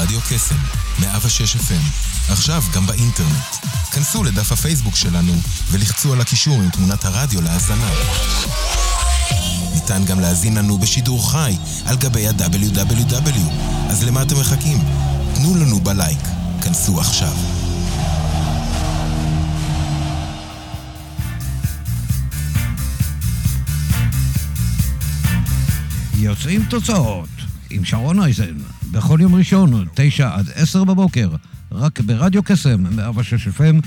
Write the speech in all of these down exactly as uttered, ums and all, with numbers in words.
רדיו קסם, מאה ושש אף אם. עכשיו גם באינטרנט. כנסו לדף הפייסבוק שלנו ולחצו על הקישור עם תמונת הרדיו להאזנה. ניתן גם להזין לנו בשידור חי על גבי ה-דאבליו דאבליו דאבליו. אז למה אתם מחכים? תנו לנו בלייק. כנסו עכשיו. יוצאים תוצאות עם שרון אייזן בכל יום ראשון תשע עד עשר בבוקר רק ברדיו קסם מאה ושש אף אם.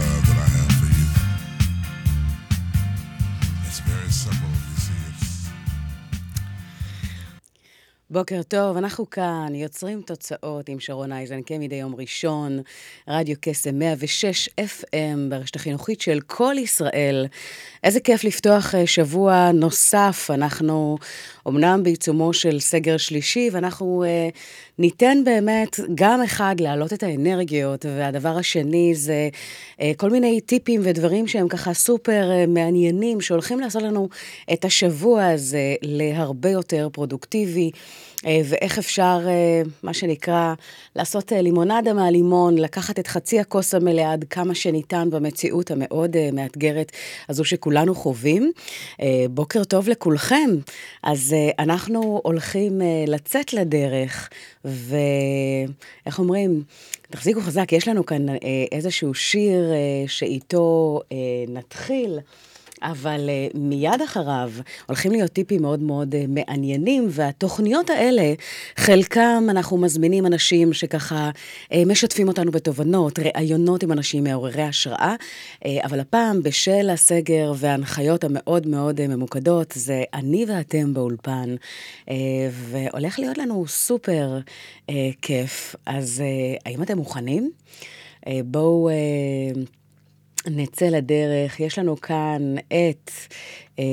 בוקר טוב, אנחנו כאן יוצרים תוצאות עם שרון אייזן כמדי יום ראשון, רדיו קסם מאה ושש אף אם ברשת החינוכית של כל ישראל. איזה כיף לפתוח שבוע נוסף, אנחנו אמנם בעיצומו של סגר שלישי, ואנחנו uh, ניתן באמת גם אחד להעלות את האנרגיות, והדבר השני זה uh, כל מיני טיפים ודברים שהם ככה סופר uh, מעניינים, שהולכים לעשות לנו את השבוע הזה להרבה יותר פרודוקטיבי, uh, ואיך אפשר, uh, מה שנקרא, לעשות uh, לימונדה מהלימון, לקחת את חצי הכוס המלאה עד כמה שניתן במציאות המאוד uh, מאתגרת הזו שכולנו חווים. Uh, בוקר טוב לכולכם. אז uh, אנחנו הולכים uh, לצאת לדרך, ואיך אומרים, תחזיקו חזק, יש לנו כאן uh, איזשהו שיר uh, שאיתו uh, נתחיל, אבל uh, מיד אחריו הולכים להיות טיפים מאוד מאוד uh, מעניינים, והתוכניות האלה, חלקם אנחנו מזמינים אנשים שככה uh, משתפים אותנו בתובנות, ראיונות עם אנשים מעוררי השראה, uh, אבל הפעם בשל הסגר וההנחיות המאוד מאוד uh, ממוקדות, זה אני ואתם באולפן, uh, והולך להיות לנו סופר uh, כיף. אז uh, האם אתם מוכנים? Uh, בואו... Uh, נצא לדרך. יש לנו כאן את אה,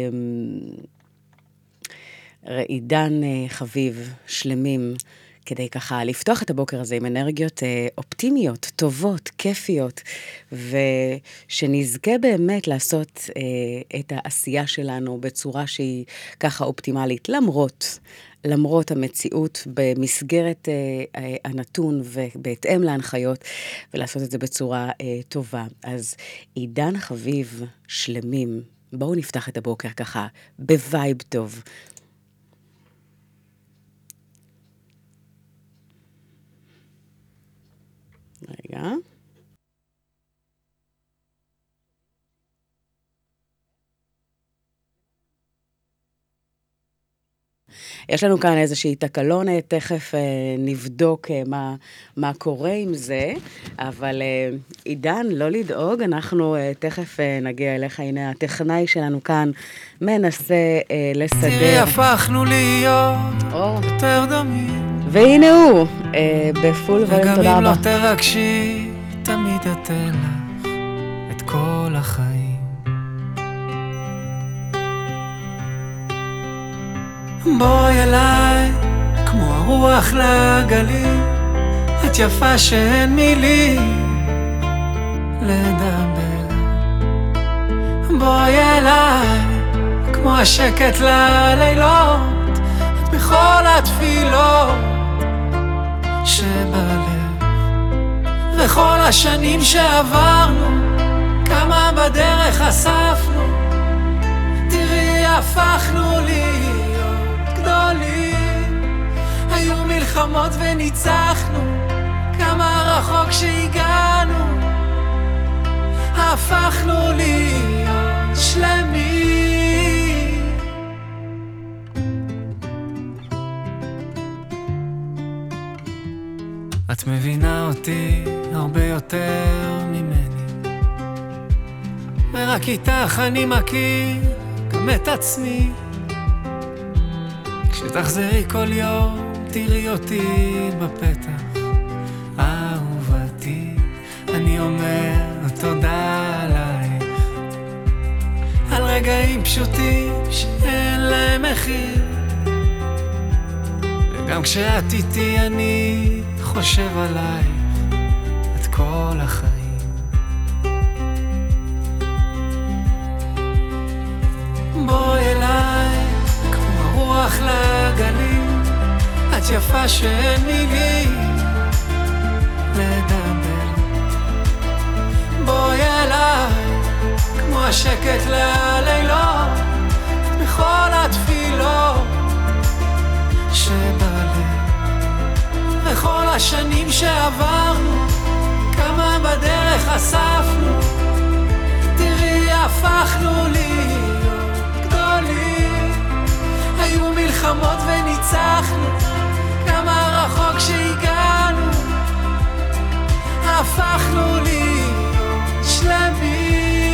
עידן אה, חביב, שלמים, כדי ככה לפתוח את הבוקר הזה עם אנרגיות אה, אופטימיות, טובות, כיפיות, ושנזכה באמת לעשות אה, את העשייה שלנו בצורה שהיא ככה אופטימלית, למרות... למרות המציאות במסגרת אה, אה, הנתון ובהתאם להנחיות, ולעשות את זה בצורה אה, טובה. אז עידן חביב, שלמים, בואו נפתח את הבוקר ככה, בווייב טוב. רגע. יש לנו כאן איזושהי תקלונת, תכף אה, נבדוק אה, מה, מה קורה עם זה, אבל אה, עידן, לא לדאוג, אנחנו אה, תכף אה, נגיע אליך, הנה הטכנאי שלנו כאן מנסה אה, לסדר. תראי, הפכנו להיות או. יותר דומים. והנה הוא, אה, בפול ווליום, תודה רבה. וגם אם לא תרגשי, תמיד אתן לך את כל החיים. בואי אליי, כמו הרוח לגלים, את יפה שאין מילים לדבר. בואי אליי, כמו השקט ללילות, את בכל התפילות שבלב. וכל השנים שעברנו, כמה בדרך אספנו, תראי הפכנו לי גדולים. היו מלחמות וניצחנו, כמה רחוק שהגענו, הפכנו להיות שלמים. את מבינה אותי הרבה יותר ממני, ורק איתך אני מכיר גם את עצמי. כשתחזרי כל יום תראי אותי בפתח, אהובתי, אני אומר תודה עלייך, על רגעים פשוטים שאין להם מחיר. וגם כשאת איתי אני חושב עלייך את כל החיים. בואי אליי כמו הרוח לגלים, את יפה שאין מילים השקט ללילות, בכל התפילות שבלב, וכל השנים שעברנו, כמה בדרך אספנו, תראי הפכנו להיות גדולים, היו מלחמות וניצחנו, כמה רחוק שהגענו, הפכנו להיות שלמים.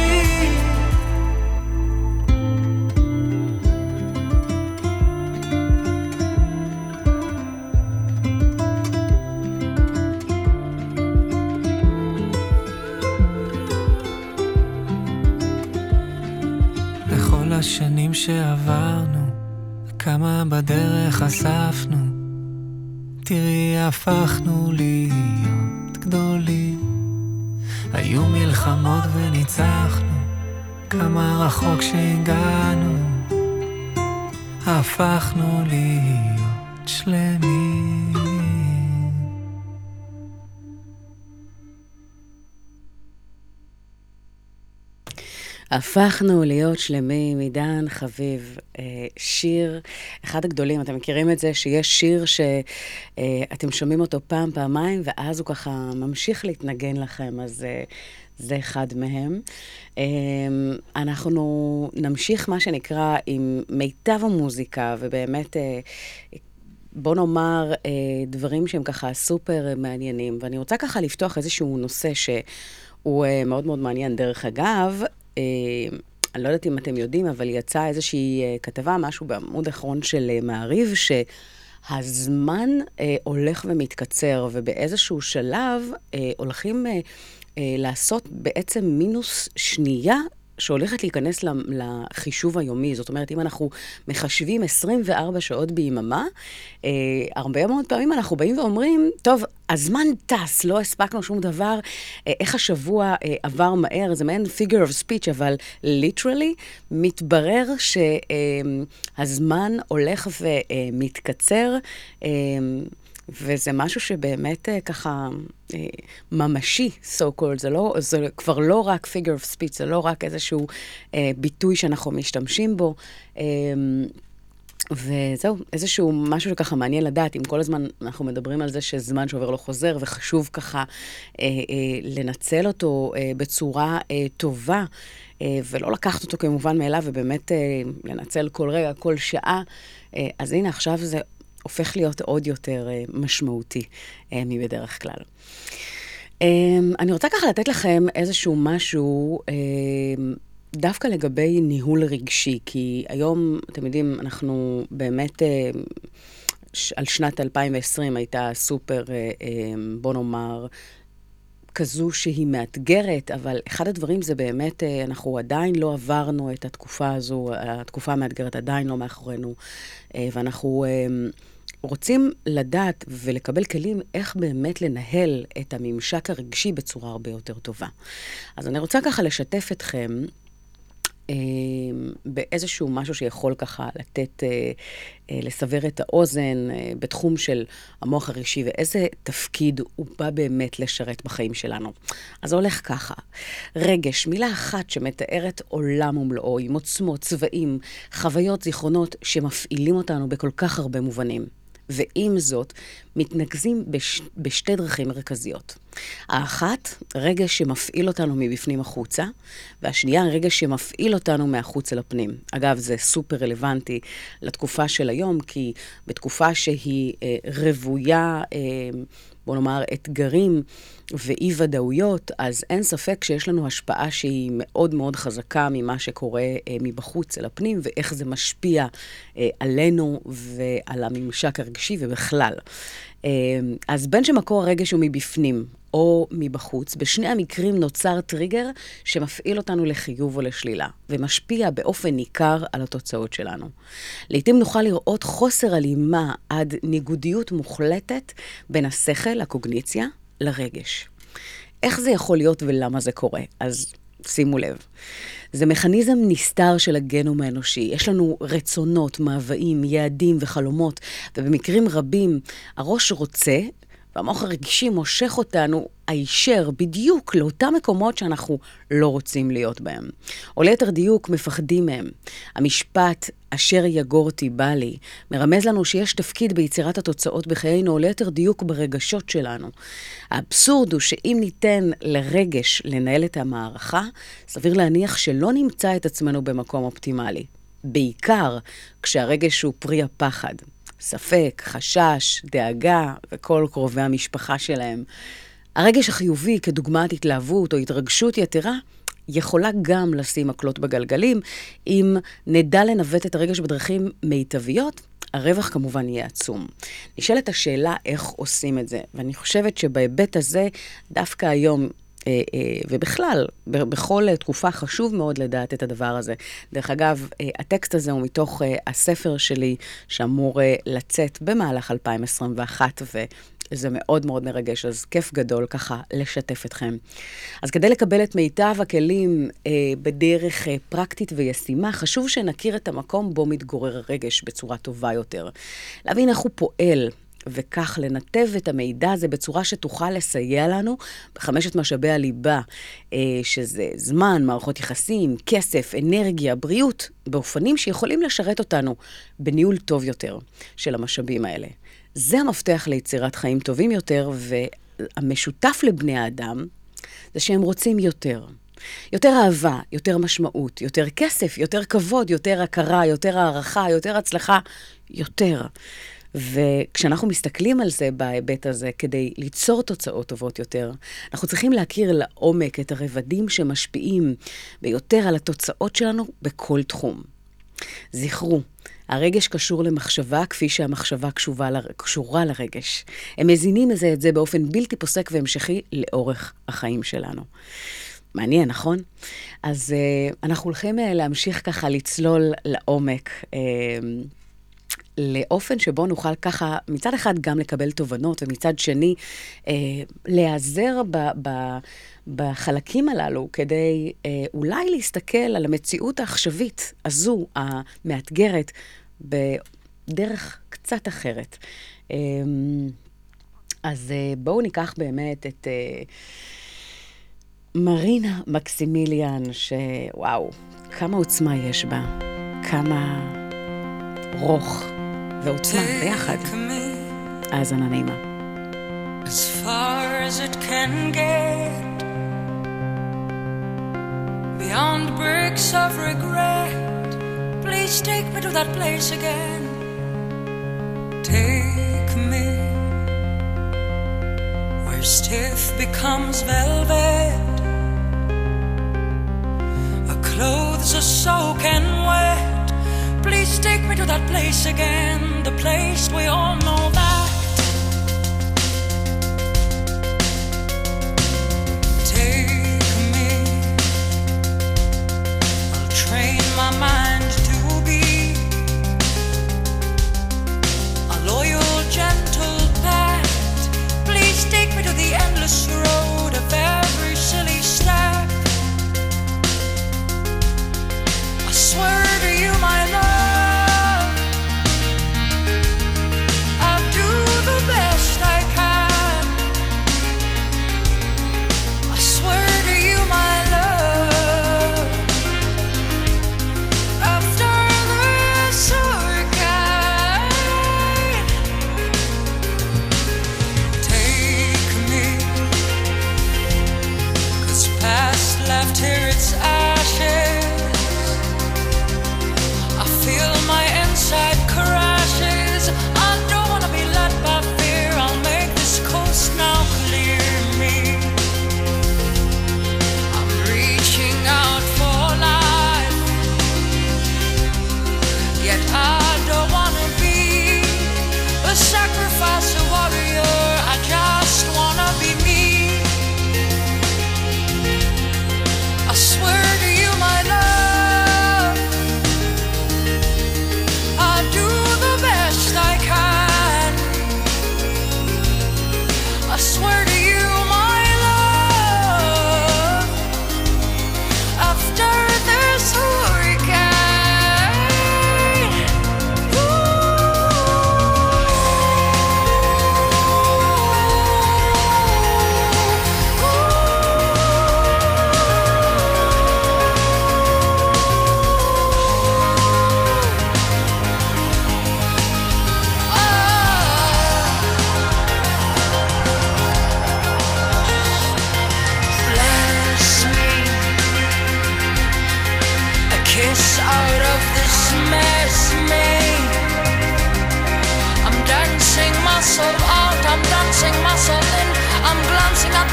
בכל השנים שעברנו, כמה בדרך אספנו, תראי הפכנו להיות גדולים, היו מלחמות וניצחנו, כמה רחוק שהגענו, הפכנו להיות שלמים. הפכנו להיות שלמים, עידן חביב, שיר, אחד הגדולים, אתם מכירים את זה שיש שיר שאתם שומעים אותו פעם, פעמיים, ואז הוא ככה ממשיך להתנגן לכם, אז זה אחד מהם. אנחנו נמשיך מה שנקרא עם מיטב המוזיקה, ובאמת בוא נאמר דברים שהם ככה סופר מעניינים, ואני רוצה ככה לפתוח איזשהו נושא שהוא מאוד מאוד מעניין. דרך אגב, אני לא יודעת אם אתם יודעים, אבל יצאה איזושהי כתבה, משהו בעמוד האחרון של מעריב, שהזמן הולך ומתקצר, ובאיזשהו שלב הולכים לעשות בעצם מינוס שנייה, שהולכת להיכנס לחישוב היומי. זאת אומרת, אם אנחנו מחשבים עשרים וארבע שעות ביממה, אה, הרבה מאוד פעמים אנחנו באים ואומרים, טוב, הזמן טס, לא הספקנו שום דבר, אה, איך השבוע אה, עבר מהר, זה מעין figure of speech, אבל literally מתברר שהזמן אה, הולך ומתקצר, אה, וזה משהו שבאמת ככה ממשי, so called, זה, לא, זה כבר לא רק figure of speech, זה לא רק איזשהו אה, ביטוי שאנחנו משתמשים בו, אה, וזהו, איזשהו משהו שככה מעניין לדעת, אם כל הזמן אנחנו מדברים על זה שזמן שעובר לא חוזר, וחשוב ככה אה, אה, לנצל אותו אה, בצורה אה, טובה, אה, ולא לקחת אותו כמובן מאליו, ובאמת אה, לנצל כל רגע, כל שעה, אה, אז הנה עכשיו זה הופך להיות עוד יותר uh, משמעותי uh, מבדרך כלל. Um, אני רוצה ככה לתת לכם איזשהו משהו uh, דווקא לגבי ניהול רגשי, כי היום, אתם יודעים, אנחנו באמת, uh, ש- על שנת אלפיים ועשרים הייתה סופר, uh, uh, בוא נאמר, כזו שהיא מאתגרת, אבל אחד הדברים זה באמת, אנחנו עדיין לא עברנו את התקופה הזו, התקופה המאתגרת עדיין לא מאחורינו, ואנחנו רוצים לדעת ולקבל כלים איך באמת לנהל את הממשק הרגשי בצורה הרבה יותר טובה. אז אני רוצה ככה לשתף אתכם באיזשהו משהו שיכול ככה לתת, לסבר את האוזן בתחום של המוח הרגשי, ואיזה תפקיד הוא בא באמת לשרת בחיים שלנו. אז זה הולך ככה. רגש, מילה אחת שמתארת עולם ומלואו, עם עוצמות, צבעים, חוויות, זיכרונות שמפעילים אותנו בכל כך הרבה מובנים. ועם זאת, מתנגזים בש... בשתי דרכים מרכזיות. האחת, רגש שמפעיל אותנו מבפנים החוצה, והשנייה, רגש שמפעיל אותנו מהחוץ אל הפנים. אגב, זה סופר רלוונטי לתקופה של היום, כי בתקופה שהיא אה, רבויה, אה, בוא נאמר, אתגרים ואי-ודאויות, אז אין ספק שיש לנו השפעה שהיא מאוד מאוד חזקה ממה שקורה אה, מבחוץ אל הפנים, ואיך זה משפיע אה, עלינו ועל הממשק הרגשי ובכלל. אה, אז בין שמקור הרגש הוא מבפנים או מבחוץ, בשני המקרים נוצר טריגר שמפעיל אותנו לחיוב או לשלילה, ומשפיע באופן ניכר על התוצאות שלנו. לעתים נוכל לראות חוסר הלימה עד ניגודיות מוחלטת בין השכל, הקוגניציה, לרגש. איך זה יכול להיות ולמה זה קורה? אז שימו לב. זה מכניזם נסתר של הגנום האנושי. יש לנו רצונות, מאוויים, יעדים וחלומות, ובמקרים רבים הראש רוצה, והמוח הרגשי מושך אותנו הישר בדיוק לאותם מקומות שאנחנו לא רוצים להיות בהם. או ליתר דיוק מפחדים מהם. המשפט אשר יגורתי בא לי מרמז לנו שיש תפקיד ביצירת התוצאות בחיינו, או ליתר דיוק ברגשות שלנו. האבסורד הוא שאם ניתן לרגש לנהל את המערכה, סביר להניח שלא נמצא את עצמנו במקום אופטימלי. בעיקר כשהרגש הוא פרי הפחד. ספק, חשש, דאגה וכל קרובי המשפחה שלהם. הרגש החיובי כדוגמת התלהבות או התרגשות יתרה יכולה גם לשים מקלות בגלגלים. אם נדע לנווט את הרגש בדרכים מיטביות, הרווח כמובן יהיה עצום. נשאלת השאלה איך עושים את זה, ואני חושבת שבהיבט הזה דווקא היום ובכלל, בכל תקופה חשוב מאוד לדעת את הדבר הזה. דרך אגב, הטקסט הזה הוא מתוך הספר שלי שאמור לצאת במהלך אלפיים עשרים ואחת, וזה מאוד מאוד מרגש, אז כיף גדול ככה לשתף אתכם. אז כדי לקבל את מיטב הכלים בדרך פרקטית וישימה, חשוב שנכיר את המקום בו מתגורר הרגש בצורה טובה יותר. להבין איך הוא פועל, וכך לנתב את המידע הזה בצורה שתוכל לסייע לנו בחמשת משאבי הליבה, שזה זמן, מערכות יחסים, כסף, אנרגיה, בריאות, באופנים שיכולים לשרת אותנו בניהול טוב יותר של המשאבים האלה. זה המפתח ליצירת חיים טובים יותר, והמשותף לבני האדם זה שהם רוצים יותר. יותר אהבה, יותר משמעות, יותר כסף, יותר כבוד, יותר הכרה, יותר הערכה, יותר הצלחה, יותר. וכשאנחנו מסתכלים על זה בהיבט הזה, כדי ליצור תוצאות טובות יותר, אנחנו צריכים להכיר לעומק את הרבדים שמשפיעים ביותר על התוצאות שלנו בכל תחום. זכרו, הרגש קשור למחשבה כפי שהמחשבה קשורה, ל... קשורה לרגש. הם מזינים את זה, את זה באופן בלתי פוסק והמשכי לאורך החיים שלנו. מעניין, נכון? אז uh, אנחנו הולכים uh, להמשיך ככה לצלול לעומק, uh, לאופן שבו נוכל ככה מצד אחד גם לקבל תובנות, ומצד שני אה, להיעזר ב, ב, בחלקים הללו, כדי אה, אולי להסתכל על המציאות העכשווית הזו, המאתגרת, בדרך קצת אחרת. אה, אז אה, בואו ניקח באמת את אה, מרינה מקסימיליאן, שוואו, כמה עוצמה יש בה, כמה רוך ועוצמה ביחד. האזנה נעימה. As far as it can get, beyond bricks of regret, please take me to that place again. Take me where stiff becomes velvet, our clothes are soaking wet. Please take me to that place again, the place we all know that. Take me, I'll train my mind to be a loyal, gentle pet. Please take me to the endless road of every silly step. I swear to you, my love, I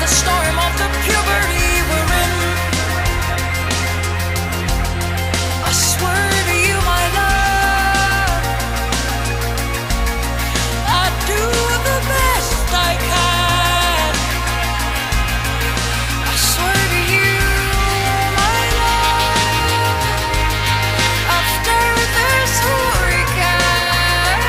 the storm of the puberty we're in. I swear to you, my love, I do the best I can. I swear to you, my love, after this hurricane.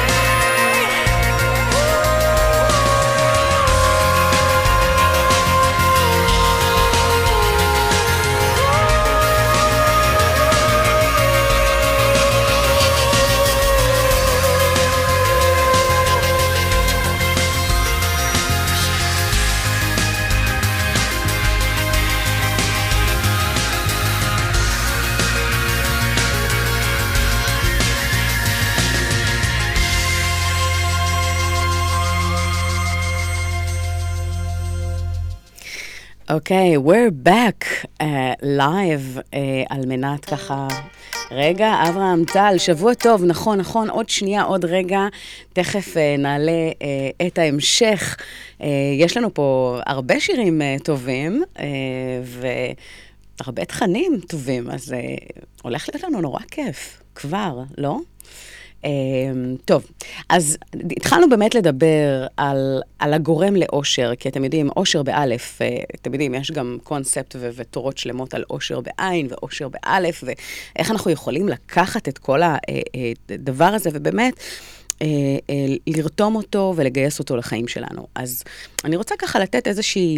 אוקיי, we're back uh, live uh, על מנת ככה... רגע, אברהם טל, שבוע טוב, נכון, נכון, עוד שנייה, עוד רגע, תכף uh, נעלה uh, את ההמשך. Uh, יש לנו פה הרבה שירים uh, טובים, uh, והרבה תכנים טובים, אז uh, הולך להיות לנו נורא כיף, כבר, לא? Uh, טוב, אז התחלנו באמת לדבר על, על הגורם לאושר, כי אתם יודעים, אושר באלף, uh, אתם יודעים, יש גם קונספט ו- ותורות שלמות על אושר בעין ואושר באלף, ואיך אנחנו יכולים לקחת את כל הדבר הזה, ובאמת uh, uh, לרתום אותו ולגייס אותו לחיים שלנו. אז אני רוצה ככה לתת איזושהי...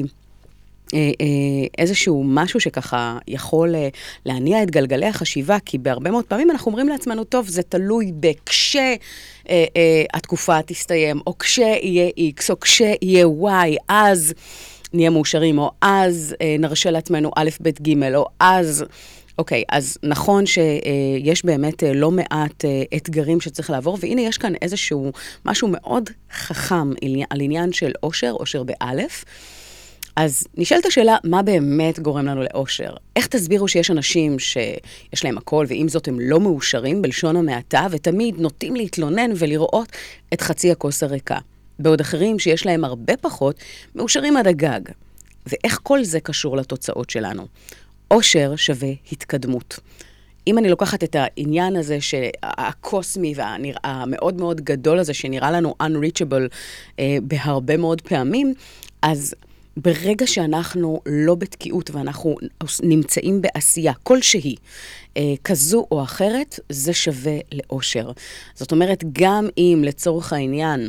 איזשהו משהו שככה יכול להניע את גלגלי החשיבה, כי בהרבה מאוד פעמים אנחנו אומרים לעצמנו, טוב, זה תלוי בכשה התקופה תסתיים, או כשיהיה X, או כשיהיה Y, אז נהיה מאושרים, או אז נרשה לעצמנו א', ב', ג', או אז... אוקיי, אז נכון שיש באמת לא מעט אתגרים שצריך לעבור, והנה יש כאן איזשהו משהו מאוד חכם על עניין של אושר, אושר באלף, אז נשאלת השאלה, מה באמת גורם לנו לאושר? איך תסבירו שיש אנשים שיש להם הכל, ועם זאת הם לא מאושרים בלשון המעטה, ותמיד נוטים להתלונן ולראות את חצי הכוס הריקה. בעוד אחרים שיש להם הרבה פחות, מאושרים עד הגג. ואיך כל זה קשור לתוצאות שלנו? אושר שווה התקדמות. אם אני לוקחת את העניין הזה שהקוסמי והמאוד מאוד גדול הזה, שנראה לנו unreachable אה, בהרבה מאוד פעמים, אז... ברגע שאנחנו לא בתקיעות ואנחנו נמצאים בעשייה כלשהי, כזו או אחרת, זה שווה לאושר. זאת אומרת, גם אם לצורך העניין,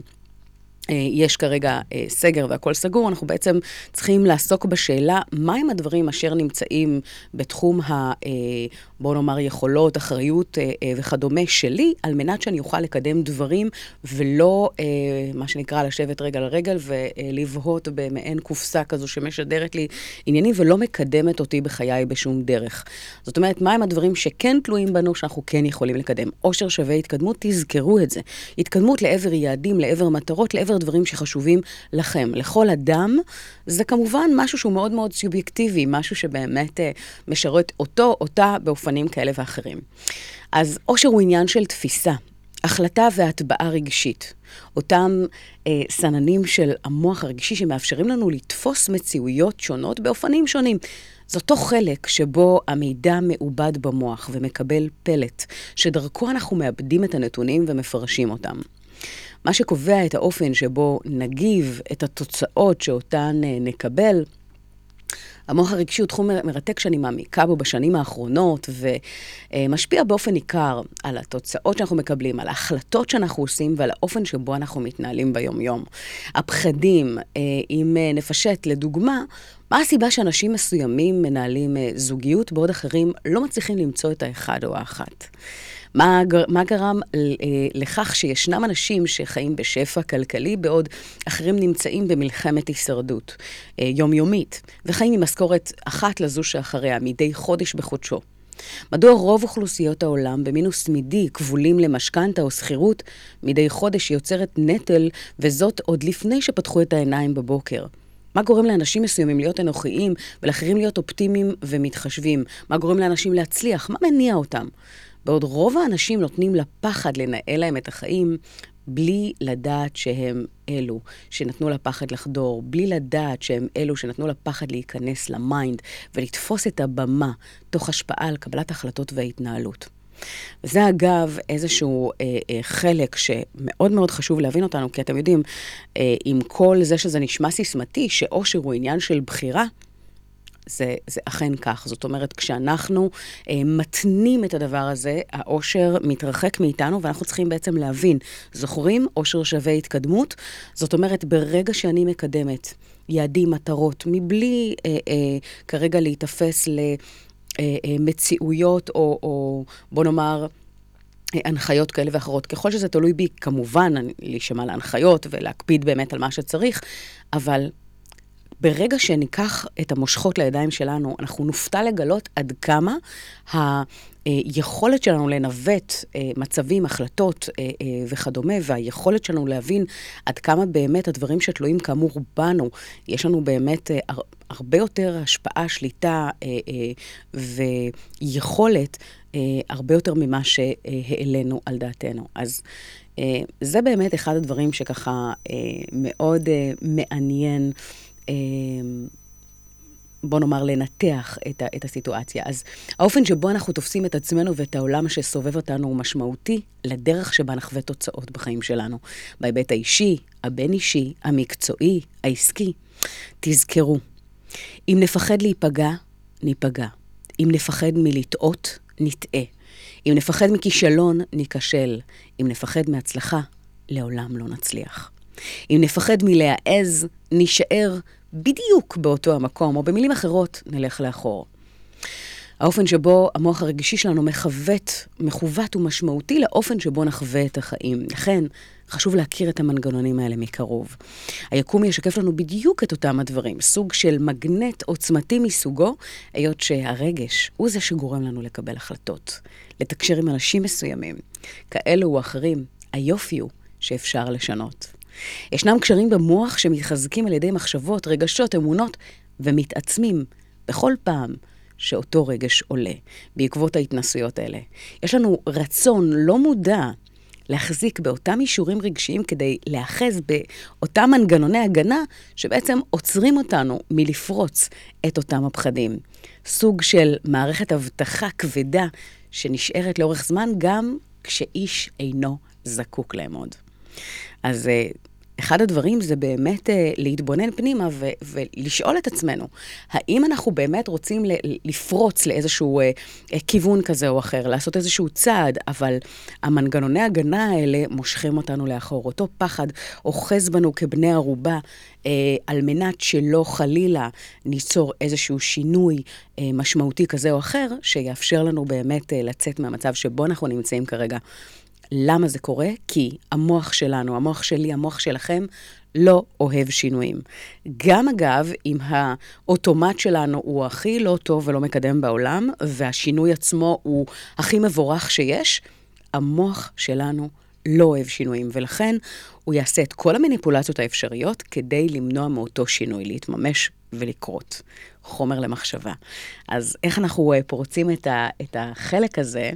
יש כרגע סגר והכל סגור, אנחנו בעצם צריכים לעסוק בשאלה, מהם הדברים אשר נמצאים בתחום ה, בוא נאמר, יכולות, אחריות וכדומה שלי, על מנת שאני אוכל לקדם דברים, ולא, מה שנקרא, לשבת רגל על רגל, ולבהות במעין קופסה כזו שמשדרת לי עניינים, ולא מקדמת אותי בחיי בשום דרך. זאת אומרת, מהם הדברים שכן תלויים בנו, שאנחנו כן יכולים לקדם. אושר שווה התקדמות, תזכרו את זה. התקדמות לעבר יעדים, לעבר מטרות, לעבר דברים שחשובים לכם. לכל אדם, זה כמובן משהו שהוא מאוד מאוד סובייקטיבי, משהו שבאמת אה, משרת אותו, אותה באופנים כאלה ואחרים. אז אושר הוא עניין של תפיסה, החלטה והטבעה רגשית. אותם אה, סננים של המוח הרגשי שמאפשרים לנו לתפוס מציאויות שונות באופנים שונים. זה אותו חלק שבו המידע מעובד במוח ומקבל פלט, שדרכו אנחנו מאבדים את הנתונים ומפרשים אותם. מה שקובע את האופן שבו נגיב את התוצאות שאותן נקבל, המוח הרגשי הוא תחום מרתק שאני מעמיקה בו בשנים האחרונות, ומשפיע באופן ניכר על התוצאות שאנחנו מקבלים, על ההחלטות שאנחנו עושים, ועל האופן שבו אנחנו מתנהלים ביום-יום. הפחדים, אם נפשט לדוגמה, מה הסיבה שאנשים מסוימים מנהלים זוגיות, בעוד אחרים לא מצליחים למצוא את האחד או האחת? מה, מה גרם לכך שישנם אנשים שחיים בשפע כלכלי, בעוד אחרים נמצאים במלחמת הישרדות יומיומית, וחיים עם משכורת אחת לזו שאחריה, מדי חודש בחודשו? מדוע רוב אוכלוסיות העולם במינוס מידי, כבולים למשכנתה או שכירות, מדי חודש יוצרת נטל, וזאת עוד לפני שפתחו את העיניים בבוקר? מה גורם לאנשים מסוימים להיות אנוכיים, ולאחרים להיות אופטימיים ומתחשבים? מה גורם לאנשים להצליח? מה מניע אותם? בעוד רוב האנשים נותנים לפחד לנהל להם את החיים, בלי לדעת שהם אלו שנתנו לפחד לחדור, בלי לדעת שהם אלו שנתנו לפחד להיכנס למיינד ולתפוס את הבמה תוך השפעה על קבלת החלטות וההתנהלות. וזה אגב איזשהו אה, אה, חלק שמאוד מאוד חשוב להבין אותנו, כי אתם יודעים, אה, עם כל זה שזה נשמע סיסמתי, שאושר הוא עניין של בחירה, זה, זה אכן כך. זאת אומרת, כשאנחנו אה, מתנים את הדבר הזה, האושר מתרחק מאיתנו, ואנחנו צריכים בעצם להבין, זוכרים, אושר שווה התקדמות? זאת אומרת, ברגע שאני מקדמת יעדים, מטרות, מבלי אה, אה, כרגע להתאפס ל... מציאויות, או, או בוא נאמר, הנחיות כאלה ואחרות. ככל שזה תלוי בי, כמובן, להישמע להנחיות ולהקפיד באמת על מה שצריך, אבל ברגע שניקח את המושכות לידיים שלנו, אנחנו נופתע לגלות עד כמה היכולת שלנו לנווט מצבים, החלטות וכדומה, והיכולת שלנו להבין עד כמה באמת הדברים שתלויים כאמור בנו, יש לנו באמת הרבה יותר השפעה, שליטה ויכולת הרבה יותר ממה שהעלינו על דעתנו. אז זה באמת אחד הדברים שככה מאוד מעניין, בוא נאמר, לנתח את, ה, את הסיטואציה. אז האופן שבו אנחנו תופסים את עצמנו ואת העולם שסובב אותנו הוא משמעותי לדרך שבה נחווה תוצאות בחיים שלנו. בהיבט האישי, הבין-אישי, המקצועי, העסקי. תזכרו, אם נפחד להיפגע, ניפגע. אם נפחד מלטעות, נטעה. אם נפחד מכישלון, ניכשל. אם נפחד מהצלחה, לעולם לא נצליח. אם נפחד מלהעז, נשאר בדיוק באותו המקום, או במילים אחרות, נלך לאחור. האופן שבו המוח הרגשי שלנו מחוות, מחוות ומשמעותי לאופן שבו נחווה את החיים. לכן, חשוב להכיר את המנגנונים האלה מקרוב. היקום ישקף לנו בדיוק את אותם הדברים, סוג של מגנט עוצמתי מסוגו, היות שהרגש הוא זה שגורם לנו לקבל החלטות, לתקשר עם אנשים מסוימים, כאלו או אחרים, היופי הוא שאפשר לשנות. ישנם קשרים במוח שמתחזקים על ידי מחשבות, רגשות, אמונות, ומתעצמים בכל פעם שאותו רגש עולה, בעקבות ההתנסויות האלה. יש לנו רצון לא מודע להחזיק באותם אישורים רגשיים כדי להאחז באותם מנגנוני הגנה שבעצם עוצרים אותנו מלפרוץ את אותם הפחדים. סוג של מערכת הבטחה כבדה שנשארת לאורך זמן גם כשאיש אינו זקוק להם עוד. אז אחד הדברים זה באמת להתבונן פנימה ו- ולשאול את עצמנו, האם אנחנו באמת רוצים לפרוץ לאיזשהו כיוון כזה או אחר, לעשות איזשהו צעד, אבל המנגנוני הגנה האלה מושכים אותנו לאחור. אותו פחד אוחז בנו כבני ערובה, על מנת שלא חלילה ניצור איזשהו שינוי משמעותי כזה או אחר, שיאפשר לנו באמת לצאת מהמצב שבו אנחנו נמצאים כרגע. למה זה קורה? כי המוח שלנו, המוח שלי, המוח שלכם, לא אוהב שינויים. גם אגב, אם האוטומט שלנו הוא הכי לא טוב ולא מקדם בעולם, והשינוי עצמו הוא הכי מבורך שיש, המוח שלנו לא אוהב שינויים, ולכן הוא יעשה את כל המניפולציות האפשריות כדי למנוע מאותו שינוי, להתממש ולקרות. חומר למחשבה. אז איך אנחנו פורצים את, ה, את החלק הזה?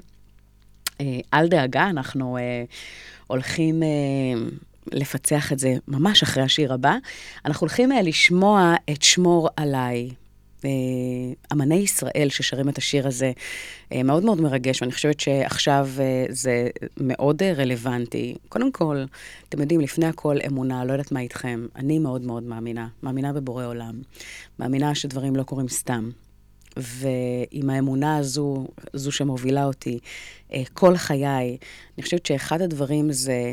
על דאגה, אנחנו אה, הולכים אה, לפצח את זה ממש אחרי השיר הבא. אנחנו הולכים אה, לשמוע את שמור עליי. אה, אמני ישראל ששרים את השיר הזה אה, מאוד מאוד מרגש, ואני חושבת שעכשיו אה, זה מאוד אה, רלוונטי. קודם כל, אתם יודעים, לפני הכל אמונה, לא יודעת מה איתכם. אני מאוד מאוד מאמינה, מאמינה בבורא עולם. מאמינה שדברים לא קורים סתם. ועם האמונה הזו, זו שמובילה אותי, כל חיי, אני חושבת שאחד הדברים זה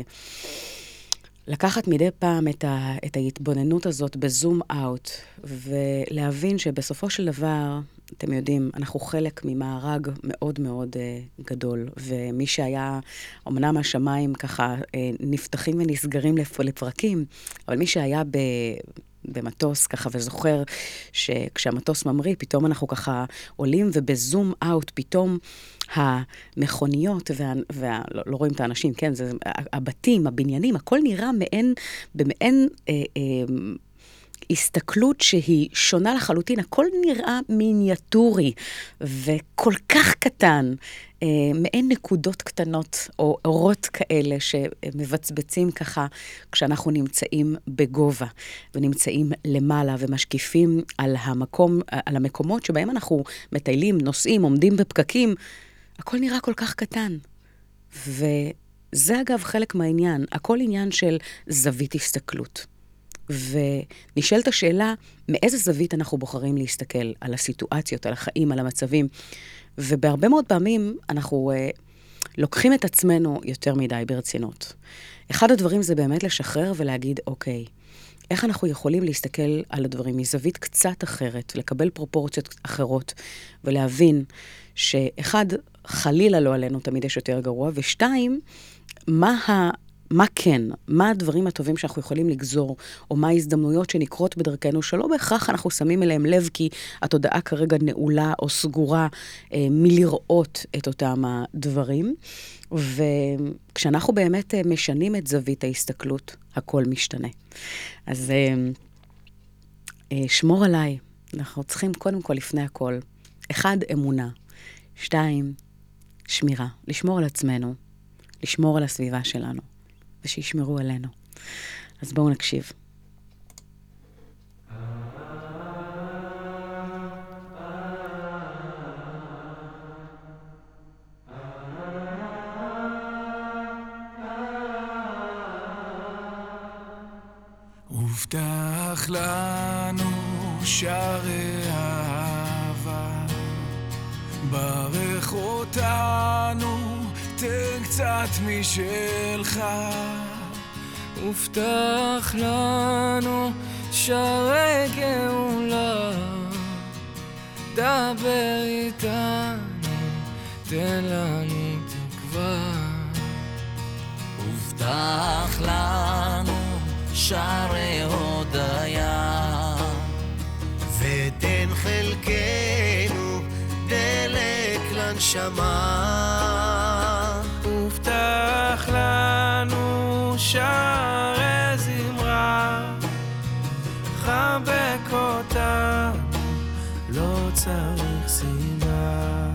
לקחת מדי פעם את, ה, את ההתבוננות הזאת בזום אאוט, ולהבין שבסופו של דבר, אתם יודעים, אנחנו חלק ממארג מאוד מאוד uh, גדול, ומי שהיה, אמנם השמיים ככה uh, נפתחים ונסגרים לפ, לפרקים, אבל מי שהיה ב... במטוס ככה, וזוכר שכשהמטוס ממריא, פתאום אנחנו ככה עולים, ובזום אאוט, פתאום המכוניות, וה, וה, לא, לא רואים את האנשים, כן, זה, הבתים, הבניינים, הכל נראה מעין, במעין אה, אה, הסתכלות שהיא שונה לחלוטין, הכל נראה מיניאטורי, וכל כך קטן, מעין נקודות קטנות או אורות כאלה שמבצבצים ככה כשאנחנו נמצאים בגובה ונמצאים למעלה ומשקיפים על המקום, על המקומות שבהם אנחנו מטיילים, נוסעים, עומדים בפקקים, הכל נראה כל כך קטן. וזה אגב חלק מהעניין, הכל עניין של זווית הסתכלות. ונשאלת השאלה, מאיזה זווית אנחנו בוחרים להסתכל על הסיטואציות, על החיים, על המצבים. ובהרבה מאוד פעמים אנחנו uh, לוקחים את עצמנו יותר מדי ברצינות. אחד הדברים זה באמת לשחרר ולהגיד, אוקיי, איך אנחנו יכולים להסתכל על הדברים מזווית קצת אחרת, לקבל פרופורציות אחרות, ולהבין שאחד, חלילה לא עלינו, תמיד יש יותר גרוע, ושתיים, מה ה... מה כן? מה הדברים הטובים שאנחנו יכולים לגזור, או מה ההזדמנויות שנקרות בדרכנו, שלא בהכרח אנחנו שמים אליהם לב, כי התודעה כרגע נעולה או סגורה אה, מלראות את אותם הדברים. וכשאנחנו באמת אה, משנים את זווית ההסתכלות, הכל משתנה. אז אה, אה, שמור עליי. אנחנו צריכים קודם כל לפני הכל. אחד, אמונה. שתיים, שמירה. לשמור על עצמנו. לשמור על הסביבה שלנו. ושישמרו עלינו. אז בואו נקשיב. הובטח לנו שערי אהבה, ברך אותנו, תן קצת משלך. הובטח לנו שערי גאולה, דבר איתנו, תן לנו תקווה. הובטח לנו שערי הודיה, ותן חלקנו דלק לנשמה. הובטח לנו שערי זמרה, חבק אותנו, לא צריך סיבה.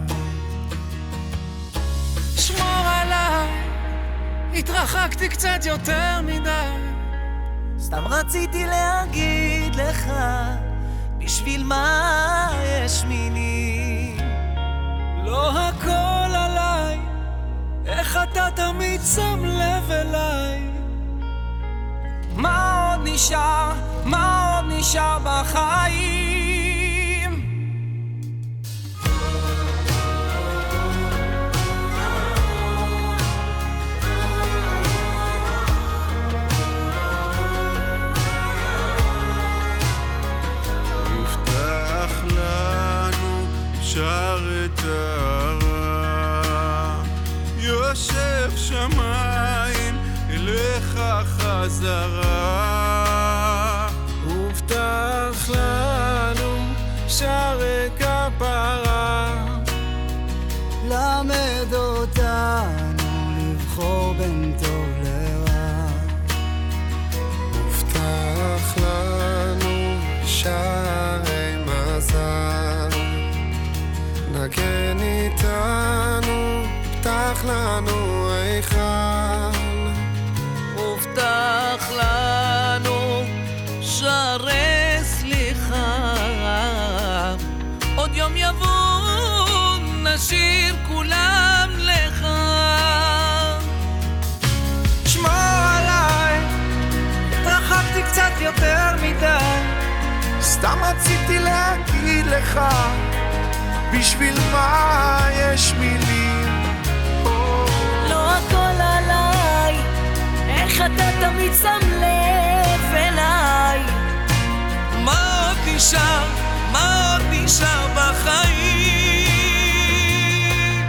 שמור עליי, התרחקתי קצת יותר מדי, סתם רציתי להגיד לך, בשביל מה יש מילים. לא הכל עליי, איך אתה תמיד שם לב אליי. מה עוד נשאר, מה עוד נשאר בחיים? הובטח לנו שערי טהרה, יושב שמיים אליך חזרה. הובטח לנו שערי כפרה, למד אותנו לבחור בין טוב לרע. הובטח לנו שערי מזל, נגן איתנו, פתח לנו היכל. הובטח לנו שערי סליחה, עוד יום יבוא נשאיר כולם לך. שמור עליי, התרחקתי קצת יותר מדי, סתם רציתי להגיד לך, בשביל מה יש מילים. לא הכל עליי, איך אתה תמיד שם לב אליי. מה עוד נשאר, מה עוד נשאר בחיים?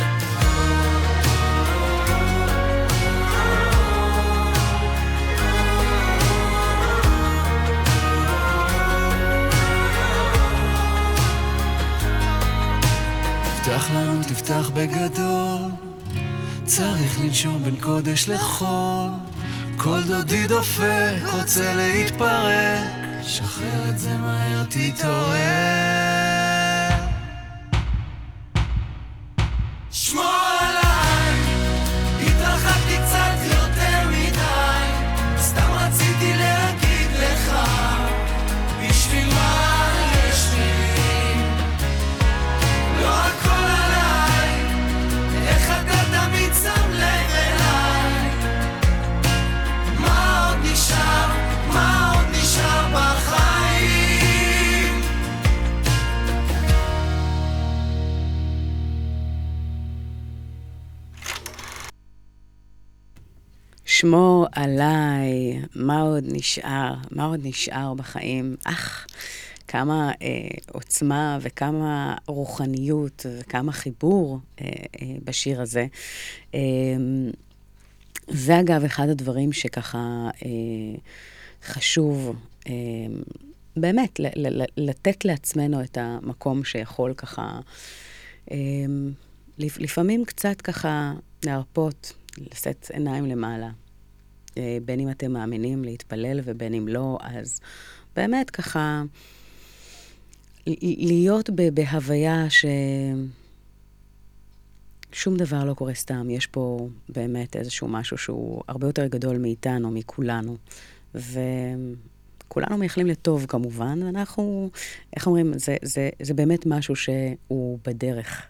תפתח לנו, תפתח בגדול, צריך לנשום בין קודש לחול. כל דודי דופק, רוצה להתפרק, שחרר את זה מהר, תתעורר. שמור שמור עליי, מה עוד נשאר? מה עוד נשאר בחיים? אך, כמה אה, עוצמה וכמה רוחניות וכמה חיבור אה, אה, בשיר הזה. אה, זה אגב אחד הדברים שככה אה, חשוב אה, באמת ל- ל- לתת לעצמנו את המקום שיכול ככה, אה, לפעמים קצת ככה להרפות, לשאת עיניים למעלה. אה, בין אם אתם מאמינים להתפלל ובין אם לא, אז באמת ככה להיות בהוויה ששום דבר לא קורה סתם. יש פה באמת איזשהו משהו שהוא הרבה יותר גדול מאיתנו, מכולנו. וכולנו מייחלים לטוב כמובן, ואנחנו, איך אומרים, זה, זה, זה באמת משהו שהוא בדרך.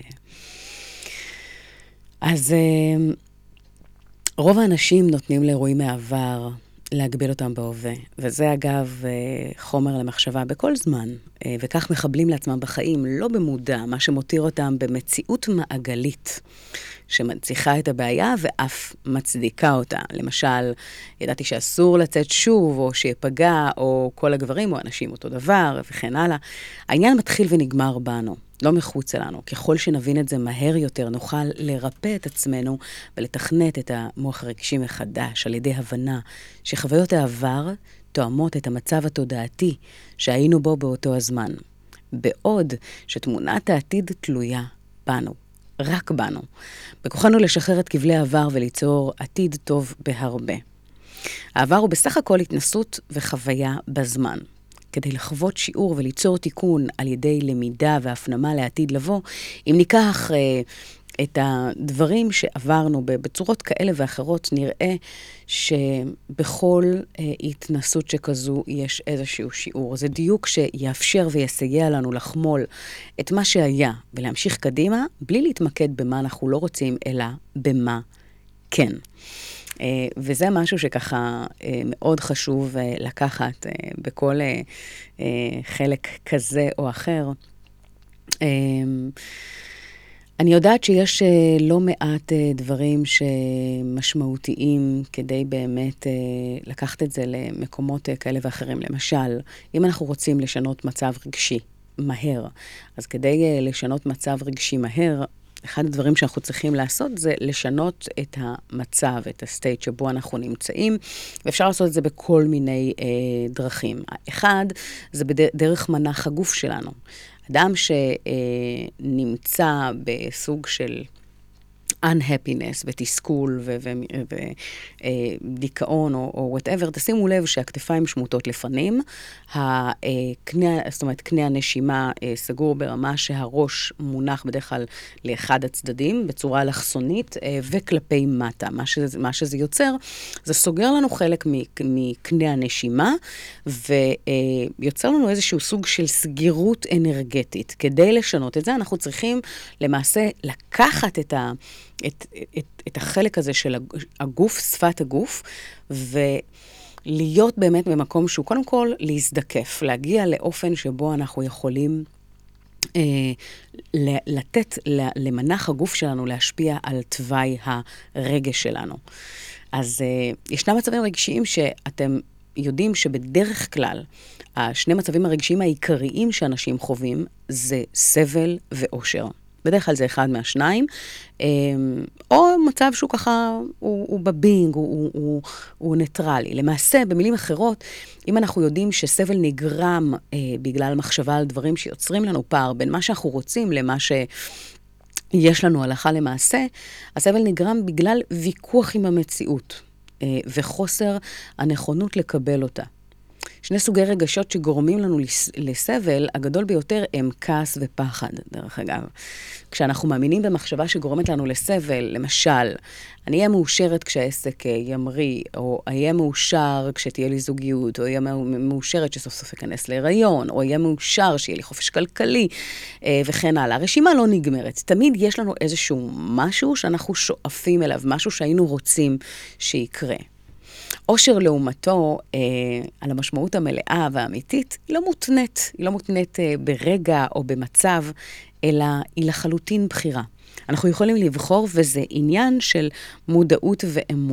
אז רוב האנשים נותנים לאירועים מהעבר להגביל אותם בהווה, וזה אגב חומר למחשבה בכל זמן, וכך מחבלים לעצמם בחיים, לא במודע, מה שמותיר אותם במציאות מעגלית, שמנציחה את הבעיה ואף מצדיקה אותה. למשל, ידעתי שאסור לצאת שוב, או שיפגע, או כל הגברים או אנשים אותו דבר, וכן הלאה. העניין מתחיל ונגמר בנו, לא מחוץ לנו. ככל שנבין את זה מהר יותר, נוכל לרפא את עצמנו ולתכנת את המוח הרגשי מחדש, על ידי הבנה שחוויות העבר תואמות את המצב התודעתי שהיינו בו באותו הזמן. בעוד שתמונת העתיד תלויה בנו, רק בנו. בכוחנו לשחרר את כבלי העבר וליצור עתיד טוב בהרבה. העבר הוא בסך הכל התנסות וחוויה בזמן. כדי לחוות שיעור וליצור תיקון על ידי למידה והפנמה לעתיד לבוא, אם ניקח אה, את הדברים שעברנו בצורות כאלה ואחרות, נראה שבכל אה, התנסות שכזו יש איזשהו שיעור. זה דיוק שיאפשר ויסייע לנו לחמול את מה שהיה ולהמשיך קדימה, בלי להתמקד במה אנחנו לא רוצים, אלא במה כן. Uh, וזה משהו שככה uh, מאוד חשוב uh, לקחת uh, בכל uh, uh, חלק כזה או אחר. Uh, אני יודעת שיש uh, לא מעט uh, דברים שמשמעותיים כדי באמת uh, לקחת את זה למקומות uh, כאלה ואחרים. למשל, אם אנחנו רוצים לשנות מצב רגשי מהר, אז כדי uh, לשנות מצב רגשי מהר, אחד הדברים שאנחנו צריכים לעשות זה לשנות את המצב, את הסטייט שבו אנחנו נמצאים, ואפשר לעשות את זה בכל מיני אה, דרכים. אחד, זה בדרך מנח הגוף שלנו. אדם שנמצא בסוג של unhappiness ותסכול ודיכאון או whatever, תשימו לב שהכתפיים שמוטות לפנים, זאת אומרת, קנה הנשימה סגור ברמה שהראש מונח בדרך כלל לאחד הצדדים, בצורה אלכסונית וכלפי מטה. מה שזה, מה שזה יוצר, זה סוגר לנו חלק מקנה הנשימה, ויוצר לנו איזשהו סוג של סגירות אנרגטית. כדי לשנות את זה, אנחנו צריכים למעשה לקחת את ה... את, את, את החלק הזה של הגוף, שפת הגוף, ולהיות באמת במקום שהוא קודם כל להזדקף, להגיע לאופן שבו אנחנו יכולים אה, לתת למנח הגוף שלנו להשפיע על תוואי הרגש שלנו. אז אה, ישנם מצבים רגשיים שאתם יודעים שבדרך כלל, השני מצבים הרגשיים העיקריים שאנשים חווים זה סבל ואושר. בדרך כלל זה אחד מהשניים, או מצב שהוא ככה, הוא, הוא בבינג, הוא, הוא, הוא, הוא ניטרלי. למעשה, במילים אחרות, אם אנחנו יודעים שסבל נגרם אה, בגלל מחשבה על דברים שיוצרים לנו פער בין מה שאנחנו רוצים למה שיש לנו הלכה למעשה, הסבל נגרם בגלל ויכוח עם המציאות, אה, וחוסר הנכונות לקבל אותה. שני סוגי רגשות שגורמים לנו לסבל, הגדול ביותר הם כעס ופחד, דרך אגב. כשאנחנו מאמינים במחשבה שגורמת לנו לסבל, למשל, אני אהיה מאושרת כשהעסק ימריא, או אהיה מאושר כשתהיה לי זוגיות, או אהיה מאושרת שסוף סוף אכנס להיריון, או אהיה מאושר שיהיה לי חופש כלכלי, וכן הלאה. הרשימה לא נגמרת. תמיד יש לנו איזשהו משהו שאנחנו שואפים אליו, משהו שהיינו רוצים שיקרה. אושר לעומתו, אה, על המשמעות המלאה והאמיתית, היא לא מותנית. היא לא מותנית אה, ברגע או במצב, אלא היא לחלוטין בחירה. אנחנו יכולים לבחור, וזה עניין של מודעות ואמון.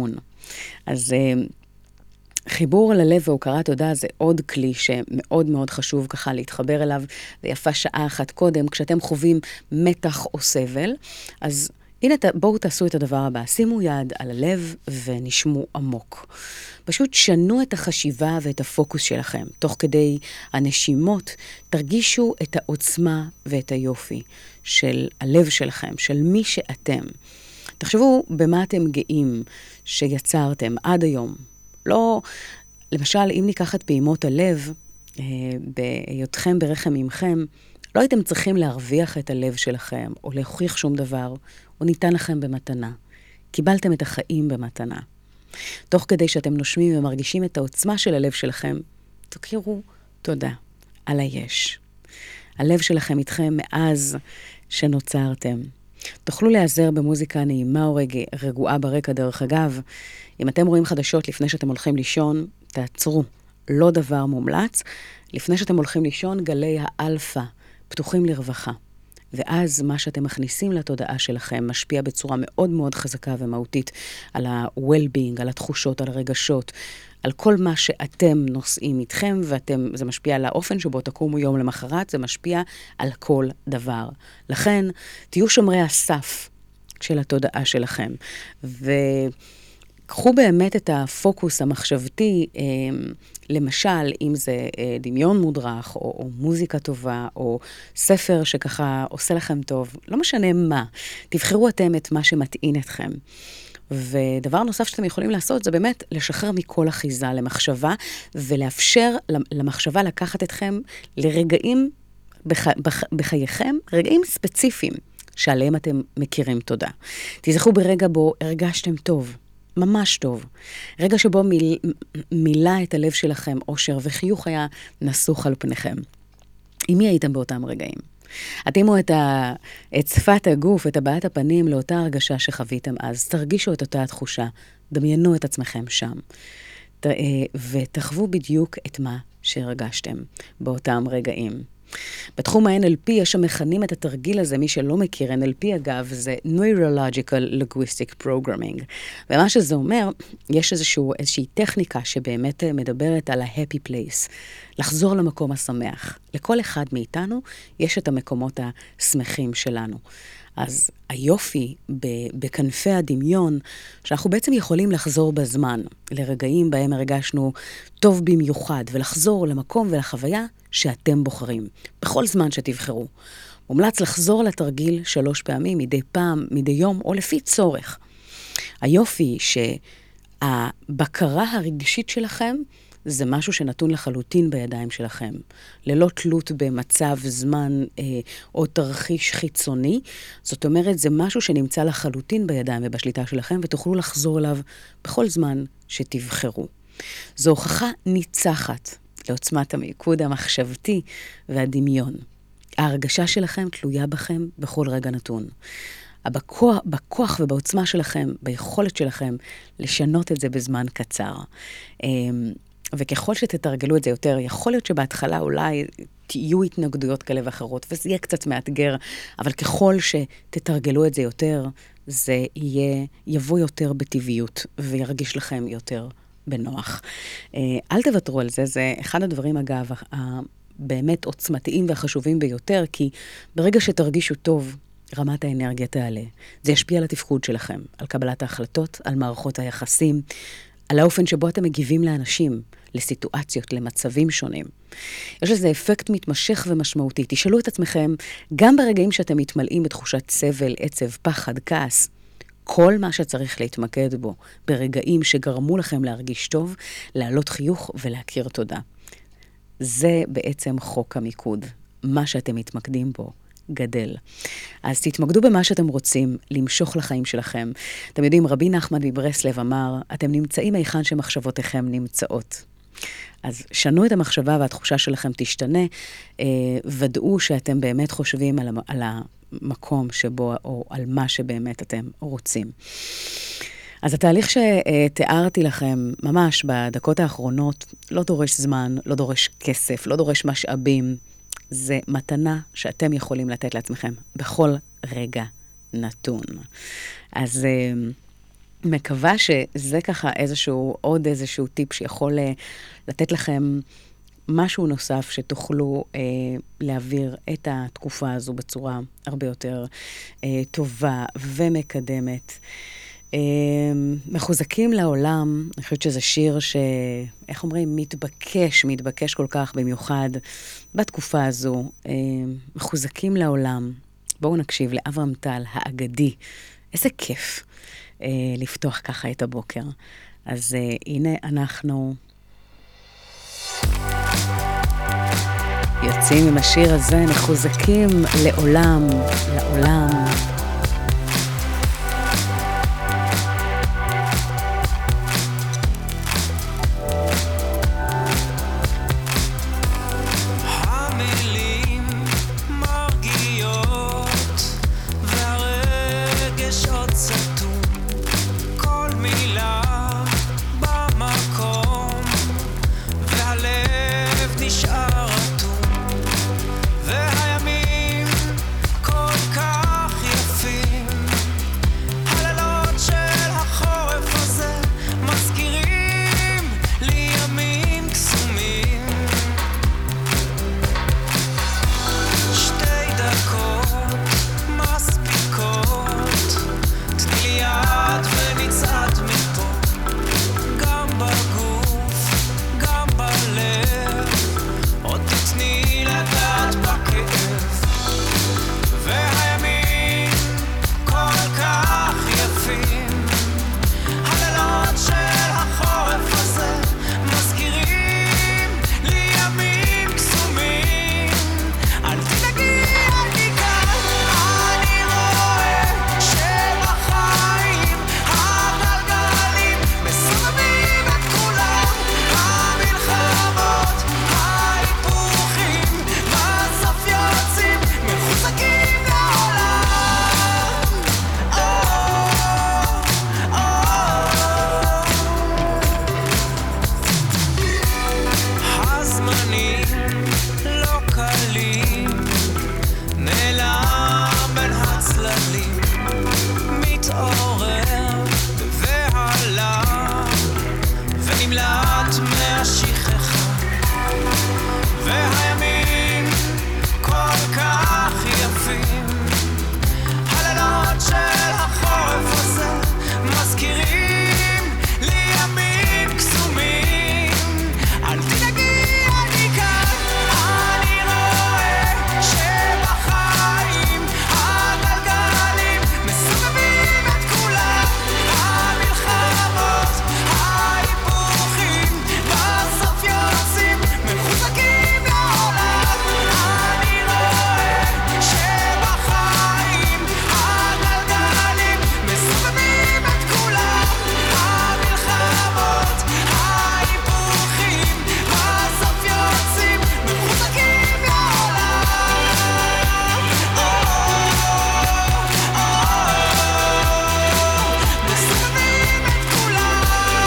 אז חיבור ללב והוקרת תודה זה עוד כלי שמאוד מאוד חשוב ככה להתחבר אליו, ויפה שעה אחת קודם, כשאתם חווים מתח או סבל, אז הנה, בואו תעשו את הדבר הבא, שימו יד על הלב ונשמו עמוק. פשוט שנו את החשיבה ואת הפוקוס שלכם. תוך כדי הנשימות, תרגישו את העוצמה ואת היופי של הלב שלכם, של מי שאתם. תחשבו במה אתם גאים שיצרתם עד היום. לא, למשל, אם ניקח את פעימות הלב, בהיותכם ברחם עמכם, לא הייתם צריכים להרוויח את הלב שלכם, או להוכיח שום דבר, או ניתן לכם במתנה. קיבלתם את החיים במתנה. תוך כדי שאתם נושמים ומרגישים את העוצמה של הלב שלכם, תכירו תודה על היש. הלב שלכם איתכם מאז שנוצרתם. תוכלו להיעזר במוזיקה נעימה או רגע, רגועה ברקע דרך אגב. אם אתם רואים חדשות לפני שאתם הולכים לישון, תעצרו. לא דבר מומלץ. לפני שאתם הולכים לישון, גלי האלפא פתוחים לרווחה. ואז מה שאתם מכניסים לתודעה שלכם משפיע בצורה מאוד מאוד חזקה ומהותית על ה-well-being, על התחושות, על הרגשות, על כל מה שאתם נושאים איתכם, וזה משפיע על האופן שבו תקומו יום למחרת, זה משפיע על כל דבר. לכן, תהיו שומרי הסף של התודעה שלכם, וקחו באמת את הפוקוס המחשבתי, למשל, אם זה דמיון מודרך, או, או מוזיקה טובה, או ספר שככה עושה לכם טוב, לא משנה מה, תבחרו אתם את מה שמתאים אתכם. ודבר נוסף שאתם יכולים לעשות, זה באמת לשחרר מכל אחיזה למחשבה, ולאפשר למחשבה לקחת אתכם לרגעים בח, בח, בחייכם, רגעים ספציפיים, שעליהם אתם מכירים תודה. תזכרו ברגע בו הרגשתם טוב. ממש טוב. רגע שבו מיל, מילא את הלב שלכם אושר וחיוך היה נסוך על פניכם. עם מי הייתם באותם רגעים? התאימו את, ה, את שפת הגוף, את הבעת הפנים לאותה הרגשה שחוויתם אז. תרגישו את אותה התחושה. דמיינו את עצמכם שם. ת, ותחוו בדיוק את מה שהרגשתם באותם רגעים. בתחום ה-אן אל פי יש המכנים את התרגיל הזה, מי שלא מכיר, אן אל פי אגב, זה Neurological Linguistic Programming. ומה שזה אומר, יש איזשהו, איזושהי טכניקה שבאמת מדברת על ה-happy place, לחזור למקום השמח. לכל אחד מאיתנו יש את המקומות השמחים שלנו. אז היופי בכנפי הדמיון, שאנחנו בעצם יכולים לחזור בזמן, לרגעים בהם הרגשנו טוב במיוחד, ולחזור למקום ולחוויה שאתם בוחרים, בכל זמן שתבחרו. מומלץ לחזור לתרגיל שלוש פעמים, מדי פעם, מדי יום, או לפי צורך. היופי שהבקרה הרגשית שלכם, זה משהו שנתון לחלוטין בידיים שלכם, ללא תלות במצב, זמן אה, או תרחיש חיצוני. זאת אומרת, זה משהו שנמצא לחלוטין בידיים ובשליטה שלכם, ותוכלו לחזור אליו בכל זמן שתבחרו. זו הוכחה ניצחת לעוצמת המיקוד המחשבתי והדמיון. ההרגשה שלכם תלויה בכם בכל רגע נתון. בכוח, בכוח ובעוצמה שלכם, ביכולת שלכם לשנות את זה בזמן קצר. אה, וככל שתתרגלו את זה יותר, יכול להיות שבהתחלה אולי תהיו התנגדויות כאלה ואחרות, וזה יהיה קצת מאתגר, אבל ככל שתתרגלו את זה יותר, זה יהיה, יבוא יותר בטבעיות, וירגיש לכם יותר בנוח. אל תוותרו על זה, זה אחד הדברים אגב, באמת עוצמתיים והחשובים ביותר, כי ברגע שתרגישו טוב, רמת האנרגיה תעלה. זה ישפיע על התפקוד שלכם, על קבלת ההחלטות, על מערכות היחסים, על האופן שבו אתם מגיבים לאנשים, לסיטואציות, למצבים שונים. יש לזה אפקט מתמשך ומשמעותי. תשאלו את עצמכם, גם ברגעים שאתם מתמלאים בתחושת סבל, עצב, פחד, כעס, כל מה שצריך להתמקד בו, ברגעים שגרמו לכם להרגיש טוב, להעלות חיוך ולהכיר תודה. זה בעצם חוק המיקוד. מה שאתם מתמקדים בו גדל. אז תתמקדו במה שאתם רוצים למשוך לחיים שלכם. אתם יודעים, רבי נחמן מברסלב אמר, אתם נמצאים היכן שמחשבותיכם נמצאות. אז שנו את המחשבה והתחושה שלכם תשתנה, אה, ודאו שאתם באמת חושבים על, על המקום שבו, או על מה שבאמת אתם רוצים. אז התהליך שתיארתי לכם ממש בדקות האחרונות, לא דורש זמן, לא דורש כסף, לא דורש משאבים, זה מתנה שאתם יכולים לתת לעצמכם בכל רגע נתון. אז מקווה שזה ככה איזשהו, עוד איזשהו טיפ שיכול לתת לכם משהו נוסף שתוכלו אה, להעביר את התקופה הזו בצורה הרבה יותר אה, טובה ומקדמת. אה, מחוזקים לעולם, אני חושבת שזה שיר ש... איך אומרים? מתבקש, מתבקש כל כך במיוחד בתקופה הזו. אה, מחוזקים לעולם. בואו נקשיב לאברהם טל האגדי. איזה כיף אה, לפתוח ככה את הבוקר. אז אה, הנה אנחנו... יוצאים עם השיר הזה, מחוזקים לעולם, לעולם. המילים מרגיעות והרגש עוד סתום, כל מילה במקום והלב נשאר אטום. והימים כל כך יפים, הלילות של החורף הזה מזכירים לי ימים קסומים. שתי דקות מספיקות, תני לי יד ונצעד מפה, גם בגוף, גם בלב, עוד תתני לגעת בכאב. והימים כל כך יפים, הלילות של החורף הזה מזכירים לי ימים קסומים. אל תדאגי, אני כאן, אני רואה שבחיים הגלגלים מסובבים את כולם, המלחמות, ההיפוכים, בסוף יוצאים מחוזקים לעולם. או, או, הזמנים לא קלים, נעלם בין הצללים, מתעורר והעלה ונמלט מהשכחה. והימים כל כך יפים, הלילות של החורף הזה מזכירים לי ימים קסומים. אל תדאגי, אני כאן, אני רואה שבחיים הגלגלים מסובבים את כולם, המלחמות, ההיפוכים, בסוף יוצאים מחוזקים לעולם. אני רואה שבחיים הגלגלים מסובבים את כולם, המלחמות, ההיפוכים, בסוף יוצאים מחוזקים לעולם. או, או, מסובבים את כולם.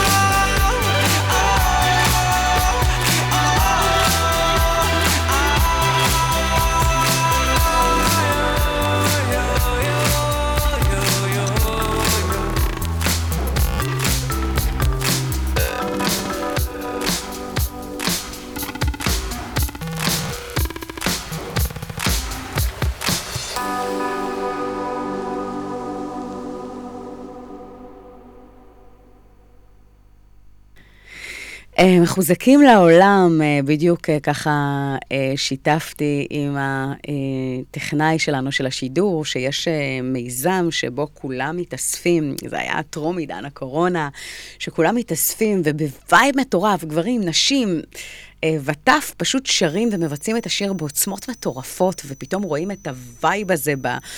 אה, מחוזקים לעולם, אה, בדיוק אה, ככה אה, שיתפתי עם הטכנאי שלנו של השידור, שיש אה, מיזם שבו כולם מתאספים, זה היה טרום עידן הקורונה, שכולם מתאספים ובווייב מטורף, גברים, נשים, אה, וטף פשוט שרים ומבצעים את השיר בעוצמות מטורפות, ופתאום רואים את הווייב הזה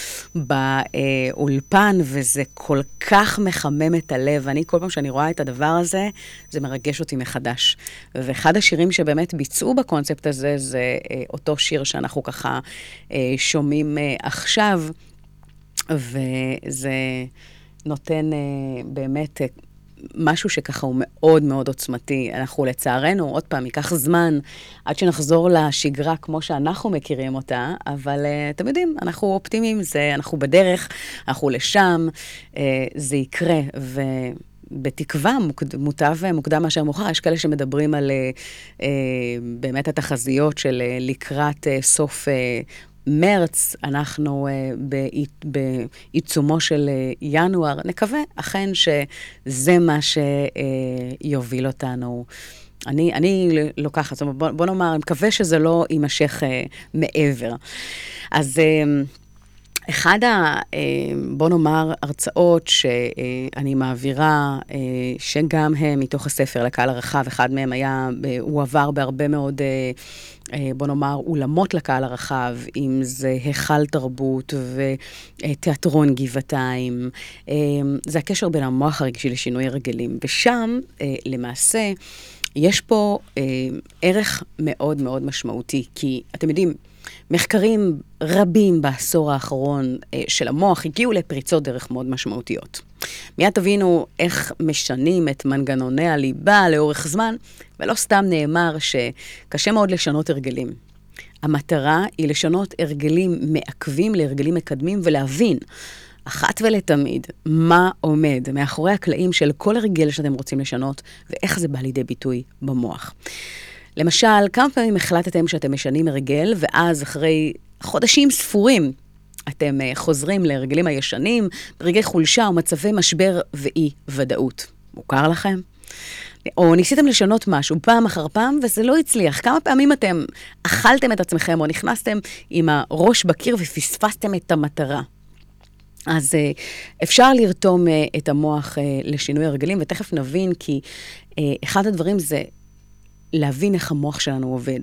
באולפן, וזה כל כך מחמם את הלב. אני כל פעם שאני רואה את הדבר הזה, זה מרגש אותי מחדש. ואחד השירים שבאמת ביצעו בקונספט הזה, זה אה, אותו שיר שאנחנו ככה אה, שומעים אה, עכשיו, וזה נותן אה, באמת אה, משהו שככה הוא מאוד מאוד עוצמתי. אנחנו לצערנו, עוד פעם, ייקח זמן עד שנחזור לשגרה כמו שאנחנו מכירים אותה, אבל uh, אתם יודעים, אנחנו אופטימיים, זה, אנחנו בדרך, אנחנו לשם, uh, זה יקרה, ובתקווה, מוטב מוקדם מאשר מאוחר, יש כאלה שמדברים על uh, uh, באמת התחזיות של uh, לקראת uh, סוף uh, מרץ, אנחנו uh, בעיצומו של uh, ינואר, נקווה אכן שזה מה שיוביל uh, אותנו. אני, אני לוקחת, זאת אומרת, בוא, בוא נאמר, אני מקווה שזה לא יימשך uh, מעבר. אז uh, אחד ה, uh, בוא נאמר, הרצאות שאני מעבירה, uh, שגם הם מתוך הספר לקהל הרחב, אחד מהם היה, uh, הוא עבר בהרבה מאוד... Uh, בוא נאמר, אולמות לקהל הרחב, אם זה היכל תרבות ותיאטרון גבעתיים. זה הקשר בין המוח הרגשי לשינוי הרגלים. ושם, למעשה, יש פה ערך מאוד מאוד משמעותי, כי אתם יודעים, מחקרים רבים בעשור האחרון של המוח הגיעו לפריצות דרך מאוד משמעותיות. מיד תבינו איך משנים את מנגנוני הליבה לאורך זמן, ולא סתם נאמר שקשה מאוד לשנות הרגלים. המטרה היא לשנות הרגלים מעכבים להרגלים מקדמים ולהבין אחת ולתמיד מה עומד מאחורי הקלעים של כל הרגל שאתם רוצים לשנות ואיך זה בא לידי ביטוי במוח. למשל, כמה פעמים החלטתם שאתם משנים הרגל ואז אחרי חודשים ספורים אתם חוזרים להרגלים הישנים, ברגעי חולשה או מצבי משבר ואי ודאות. מוכר לכם? או ניסיתם לשנות משהו פעם אחר פעם, וזה לא הצליח. כמה פעמים אתם אכלתם את עצמכם, או נכנסתם עם הראש בקיר ופספסתם את המטרה. אז אפשר לרתום את המוח לשינוי הרגלים, ותכף נבין כי אחד הדברים זה להבין איך המוח שלנו עובד.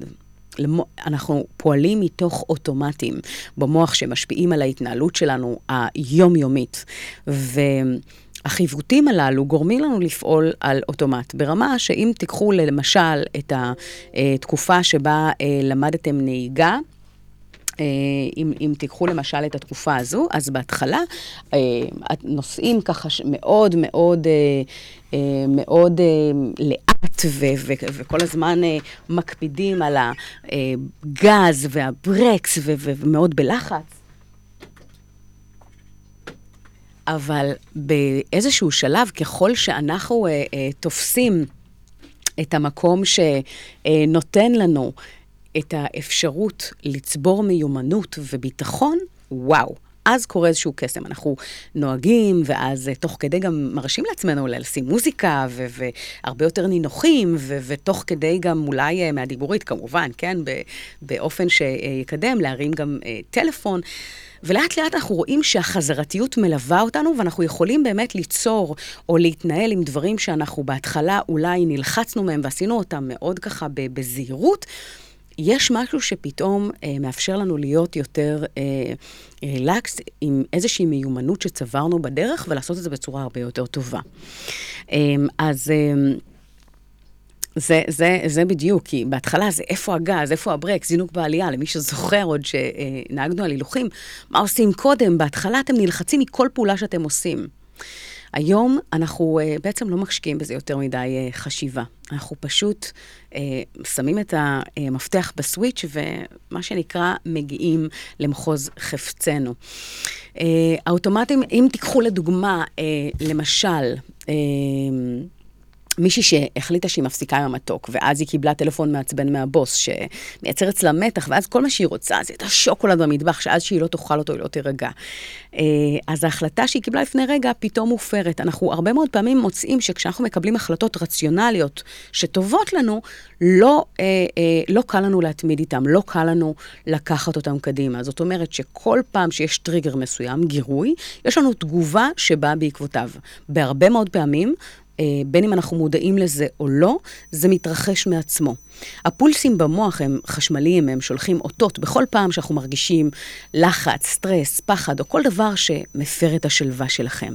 אנחנו פועלים מתוך אוטומטים במוח שמשפיעים על ההתנהלות שלנו היומיומית, והחיוותים הללו גורמים לנו לפעול על אוטומט, ברמה שאם תיקחו למשל את התקופה שבה למדתם נהיגה, אם, אם תיקחו למשל את התקופה הזו, אז בהתחלה נוסעים ככה מאוד מאוד מאוד לאט ו- ו- וכל הזמן מקפידים על הגז והברקס ו- ו- ומאוד בלחץ. אבל באיזשהו שלב, ככל שאנחנו תופסים את המקום שנותן לנו את האפשרות לצבור מיומנות וביטחון, וואו, אז קורה איזשהו קסם. אנחנו נוהגים, ואז תוך כדי גם מרשים לעצמנו לשים מוזיקה, ו- והרבה יותר נינוחים, ו- ותוך כדי גם אולי מהדיבורית, כמובן, כן, באופן שיקדם, להרים גם טלפון, ולאט לאט אנחנו רואים שהחזרתיות מלווה אותנו, ואנחנו יכולים באמת ליצור או להתנהל עם דברים שאנחנו בהתחלה אולי נלחצנו מהם, ועשינו אותם מאוד ככה בזהירות, יש משהו שפתאום אה, מאפשר לנו להיות יותר אה, רילקס, עם איזושהי מיומנות שצברנו בדרך, ולעשות את זה בצורה הרבה יותר טובה. אה, אז אה, זה, זה, זה בדיוק, כי בהתחלה זה איפה הגז, איפה הברק, זינוק בעלייה, למי שזוכר עוד שנהגנו על הילוכים, מה עושים קודם? בהתחלה אתם נלחצים מכל פעולה שאתם עושים. היום אנחנו uh, בעצם לא מקשקים בזה יותר מדי uh, חשיבה. אנחנו פשוט uh, שמים את המפתח בסוויץ' ומה שנקרא מגיעים למחוז חפצנו. Uh, האוטומטים, אם תיקחו לדוגמה, uh, למשל, uh, מישהי שהחליטה שהיא מפסיקה עם המתוק, ואז היא קיבלה טלפון מעצבן מהבוס, שמייצר אצלה מתח, ואז כל מה שהיא רוצה זה את השוקולד במטבח, שאז שהיא לא תאכל אותו, היא לא תירגע. אז ההחלטה שהיא קיבלה לפני רגע, פתאום מופרת. אנחנו הרבה מאוד פעמים מוצאים שכשאנחנו מקבלים החלטות רציונליות שטובות לנו, לא, לא קל לנו להתמיד איתם, לא קל לנו לקחת אותם קדימה. זאת אומרת שכל פעם שיש טריגר מסוים, גירוי, יש לנו תגובה שבאה בעקבותיו. בהרבה מאוד פעמים, בין אם אנחנו מודעים לזה או לא, זה מתרחש מעצמו. הפולסים במוח הם חשמליים, הם שולחים אותות בכל פעם שאנחנו מרגישים לחץ, סטרס, פחד, או כל דבר שמפר את השלווה שלכם.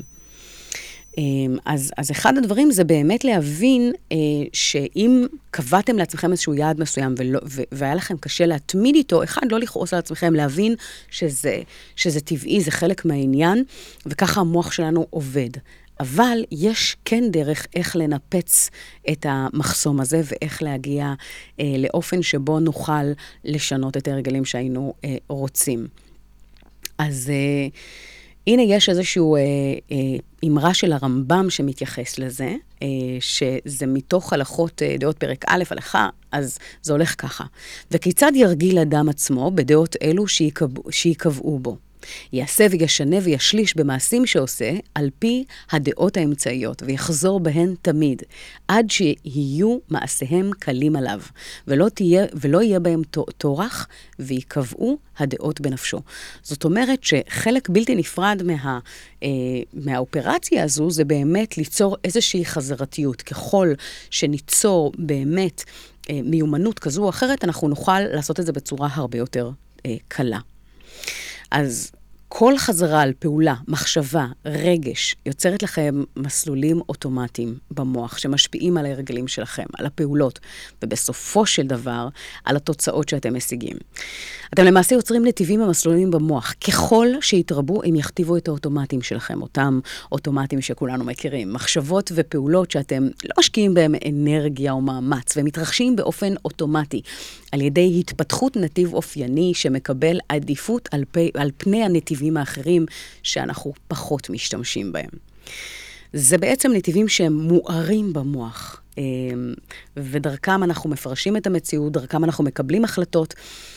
אז, אז אחד הדברים זה באמת להבין שאם קבעתם לעצמכם איזשהו יעד מסוים ולא, והיה לכם קשה להתמיד איתו, אחד, לא לכעוס על עצמכם, להבין שזה, שזה טבעי, זה חלק מהעניין, וככה המוח שלנו עובד. אבל יש כן דרך איך לנפץ את המחסום הזה, ואיך להגיע אה, לאופן שבו נוכל לשנות את הרגלים שהיינו אה, רוצים. אז אה, הנה יש איזשהו אה, אה, אמרה של הרמב"ם שמתייחס לזה, אה, שזה מתוך הלכות אה, דעות פרק א' הלכה, אז זה הולך ככה. וכיצד ירגיל אדם עצמו בדעות אלו שיקבעו, שיקבעו בו? יעשה וישנה וישליש במעשים שעושה על פי הדעות האמצעיות, ויחזור בהן תמיד, עד שיהיו מעשיהם קלים עליו, ולא, תהיה, ולא יהיה בהם תורח, ויקבעו הדעות בנפשו. זאת אומרת שחלק בלתי נפרד מה, אה, מהאופרציה הזו, זה באמת ליצור איזושהי חזרתיות. ככל שניצור באמת אה, מיומנות כזו או אחרת, אנחנו נוכל לעשות את זה בצורה הרבה יותר אה, קלה. אז כל חזרה על פעולה, מחשבה, רגש, יוצרת לכם מסלולים אוטומטיים במוח, שמשפיעים על ההרגלים שלכם, על הפעולות, ובסופו של דבר, על התוצאות שאתם משיגים. אתם למעשה יוצרים נתיבים ומסלולים במוח. ככל שיתרבו, הם יכתיבו את האוטומטים שלכם, אותם אוטומטים שכולנו מכירים. מחשבות ופעולות שאתם לא משקיעים בהם אנרגיה או מאמץ, והם מתרחשים באופן אוטומטי, על ידי התפתחות נתיב אופייני שמקבל עדיפות על, פי, על פני הנתיבים האחרים שאנחנו פחות משתמשים בהם. זה בעצם נתיבים שהם מוארים במוח, ודרכם אנחנו מפרשים את המציאות, דרכם אנחנו מקבלים החלטות,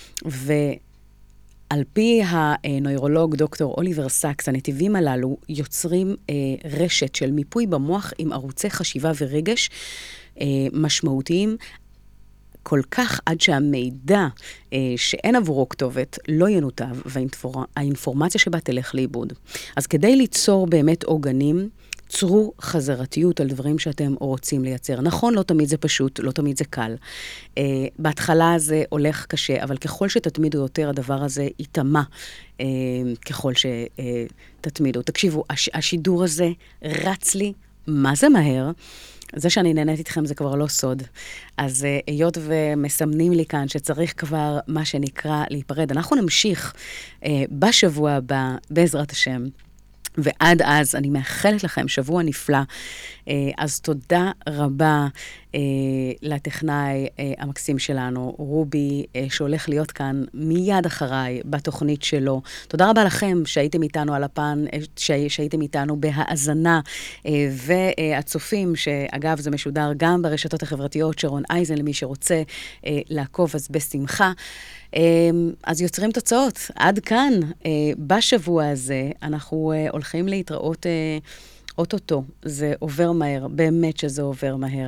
ועל פי הנוירולוג דוקטור אוליבר סאקס, הנתיבים הללו יוצרים רשת של מיפוי במוח עם ערוצי חשיבה ורגש משמעותיים, כל כך עד שהמידע אה, שאין עבורו כתובת לא ינותב, והאינפורמציה שבה תלך לאיבוד. אז כדי ליצור באמת עוגנים, צרו חזרתיות על דברים שאתם רוצים לייצר. נכון, לא תמיד זה פשוט, לא תמיד זה קל. אה, בהתחלה זה הולך קשה, אבל ככל שתתמידו יותר, הדבר הזה יתאמה אה, ככל שתתמידו. תקשיבו, הש, השידור הזה רץ לי, מה זה מהר? זה שאני נהנית איתכם זה כבר לא סוד. אז היות ומסמנים לי כאן שצריך כבר מה שנקרא להיפרד, אנחנו נמשיך אה, בשבוע הבא, בעזרת השם. ועד אז אני מאחלת לכם שבוע נפלא. אה, אז תודה רבה אה, לטכנאי אה, המקסים שלנו, רובי, אה, שהולך להיות כאן מיד אחריי בתוכנית שלו. תודה רבה לכם שהייתם איתנו על הפן, שה, שהייתם איתנו בהאזנה, אה, והצופים, שאגב זה משודר גם ברשתות החברתיות, שרון אייזן למי שרוצה אה, לעקוב, אז בשמחה. אז יוצרים תוצאות. עד כאן, בשבוע הזה, אנחנו הולכים להתראות אוטוטו. זה עובר מהר, באמת שזה עובר מהר.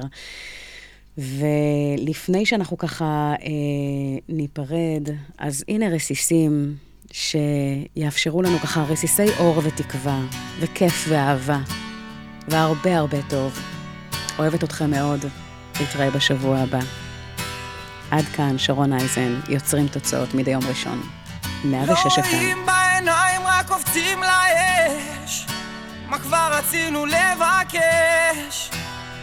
ולפני שאנחנו ככה ניפרד, אז הנה רסיסים שיאפשרו לנו ככה רסיסי אור ותקווה, וכיף ואהבה, והרבה הרבה טוב. אוהבת אתכם מאוד. נתראה בשבוע הבא. עד כאן שרון אייזן, יוצרים תוצאות מדי יום ראשון. מאה ושש אף אם. רואים בעיניים רק קופצים לאש, מה כבר רצינו לבקש,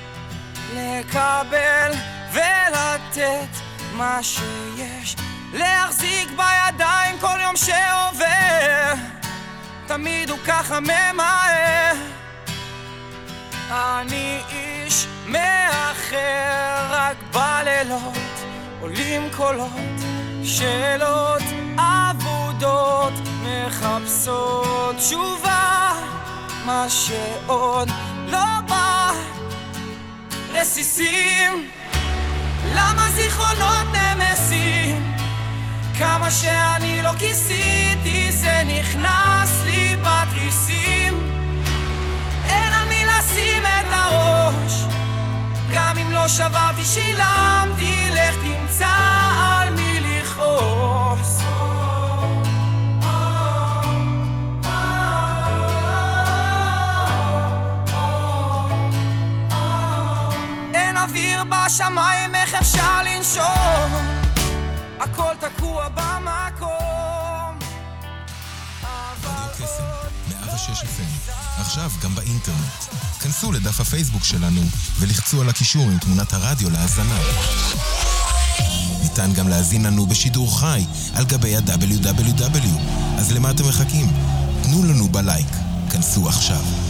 לקבל ולתת מה שיש, להחזיק בידיים כל יום שעובר, תמיד הוא ככה ממהר. אני איש מאחר רק בלילות, עולים קולות, שאלות עבודות, מחפשות תשובה, מה שעוד לא בא. רסיסים, למה זיכרונות נמסים? כמה שאני לא כיסיתי, זה נכנס לי בתריסים. אין על מי לשים את הראש, גם אם לא שברתי שילמתי, לך תמצא על מי לכעוס. אין אוויר בשמיים, איך אפשר לנשום? הכל תקוע במקום. רדיו קסם, מאה ושש אף אם. עכשיו גם באינטרנט. כנסו לדף הפייסבוק שלנו ולחצו על הקישור עם תמונת הרדיו להאזנה. ניתן גם להאזין לנו בשידור חי על גבי ה-דאבליו דאבליו דאבליו. אז למה אתם מחכים? תנו לנו בלייק. כנסו עכשיו.